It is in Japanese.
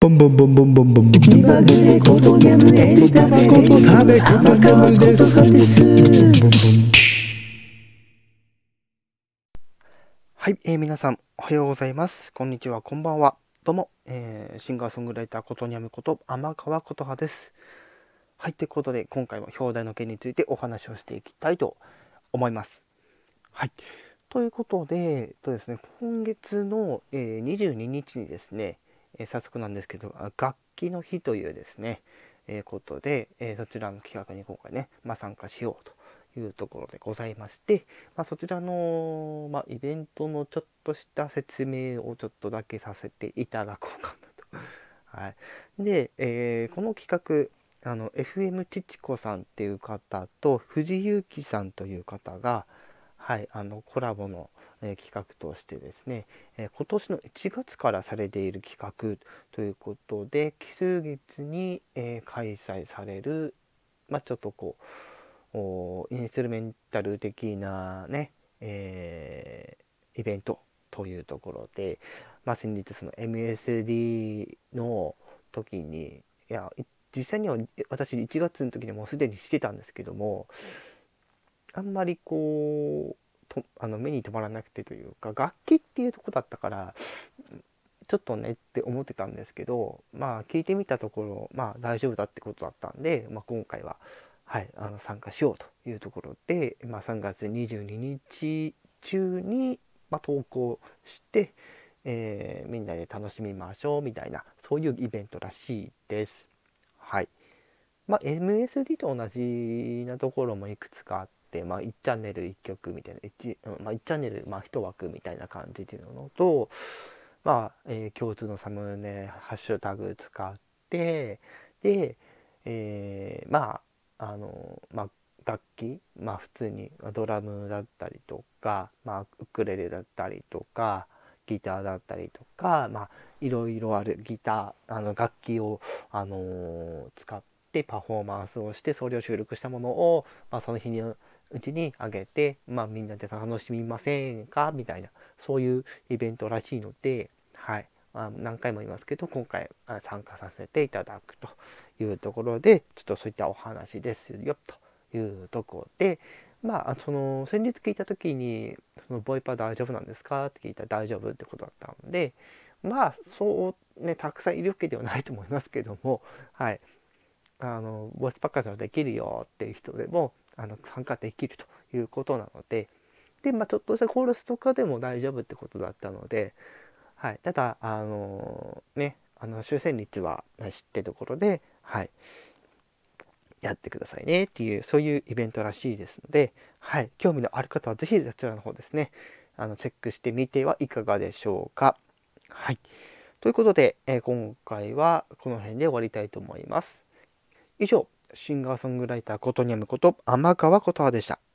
ボンボンボンボンボンボンボン気まぐれことにゃむエスタメこと食べ玉川ことはです。 はい、皆さんおはようございます。こんにちは、こんばんは。どうも、シンガーソングライターことにゃむこと天川ことはです。はい、ということで今回も表題の件についてお話をしていきたいと思います。はい、ということで、ですね、今月の、22日にですね、早速なんですけど、楽器の日というですね、ことで、そちらの企画に今回ね、参加しようというところでございまして、そちらの、イベントのちょっとした説明をちょっとだけさせていただこうかなと。はい、で、この企画、FM ちちこさんっていう方と藤ゆうきさんという方が、はい、コラボの、企画としてですね、今年の1月からされている企画ということで、奇数月に、開催される、ちょっとこうインストゥルメンタル的なね、イベントというところで、先日その MSD の時に、実際には私1月の時にもうすでにしてたんですけども、あんまりこう目に留まらなくてというか、楽器っていうとこだったからちょっとねって思ってたんですけど、聞いてみたところ大丈夫だってことだったんで、今回は、はい、参加しようというところで、3月22日中に、投稿して、みんなで楽しみましょうみたいな、そういうイベントらしいです。はい。MSD と同じなところもいくつかあって、1チャンネル1曲みたいな、1チャンネル、1枠みたいな感じっていうのと、共通のサムネ、ハッシュタグ使って、で、楽器、普通にドラムだったりとか、ウクレレだったりとか、ギターだったりとか、いろいろあるギター、楽器を、使ってパフォーマンスをして、それを収録したものを、その日のうちにあげて、みんなで楽しみませんかみたいな、そういうイベントらしいので、はい、何回も言いますけど、今回参加させていただくというところで、ちょっとそういったお話ですよというところで、その先日聞いた時に、そのボイパ大丈夫なんですかって聞いたら大丈夫ってことだったので、そうね、たくさんいるわけではないと思いますけども、はい、ボイスパッカージはできるよっていう人でも参加できるということなので、ちょっとしたコーラスとかでも大丈夫ってことだったので、はい、ただ修正率はなしってところで、はい、やってくださいねっていう、そういうイベントらしいですので、はい、興味のある方はぜひそちらの方ですね、チェックしてみてはいかがでしょうか。はい、ということで、今回はこの辺で終わりたいと思います。以上、シンガーソングライターことにゃむこと天川ことはでした。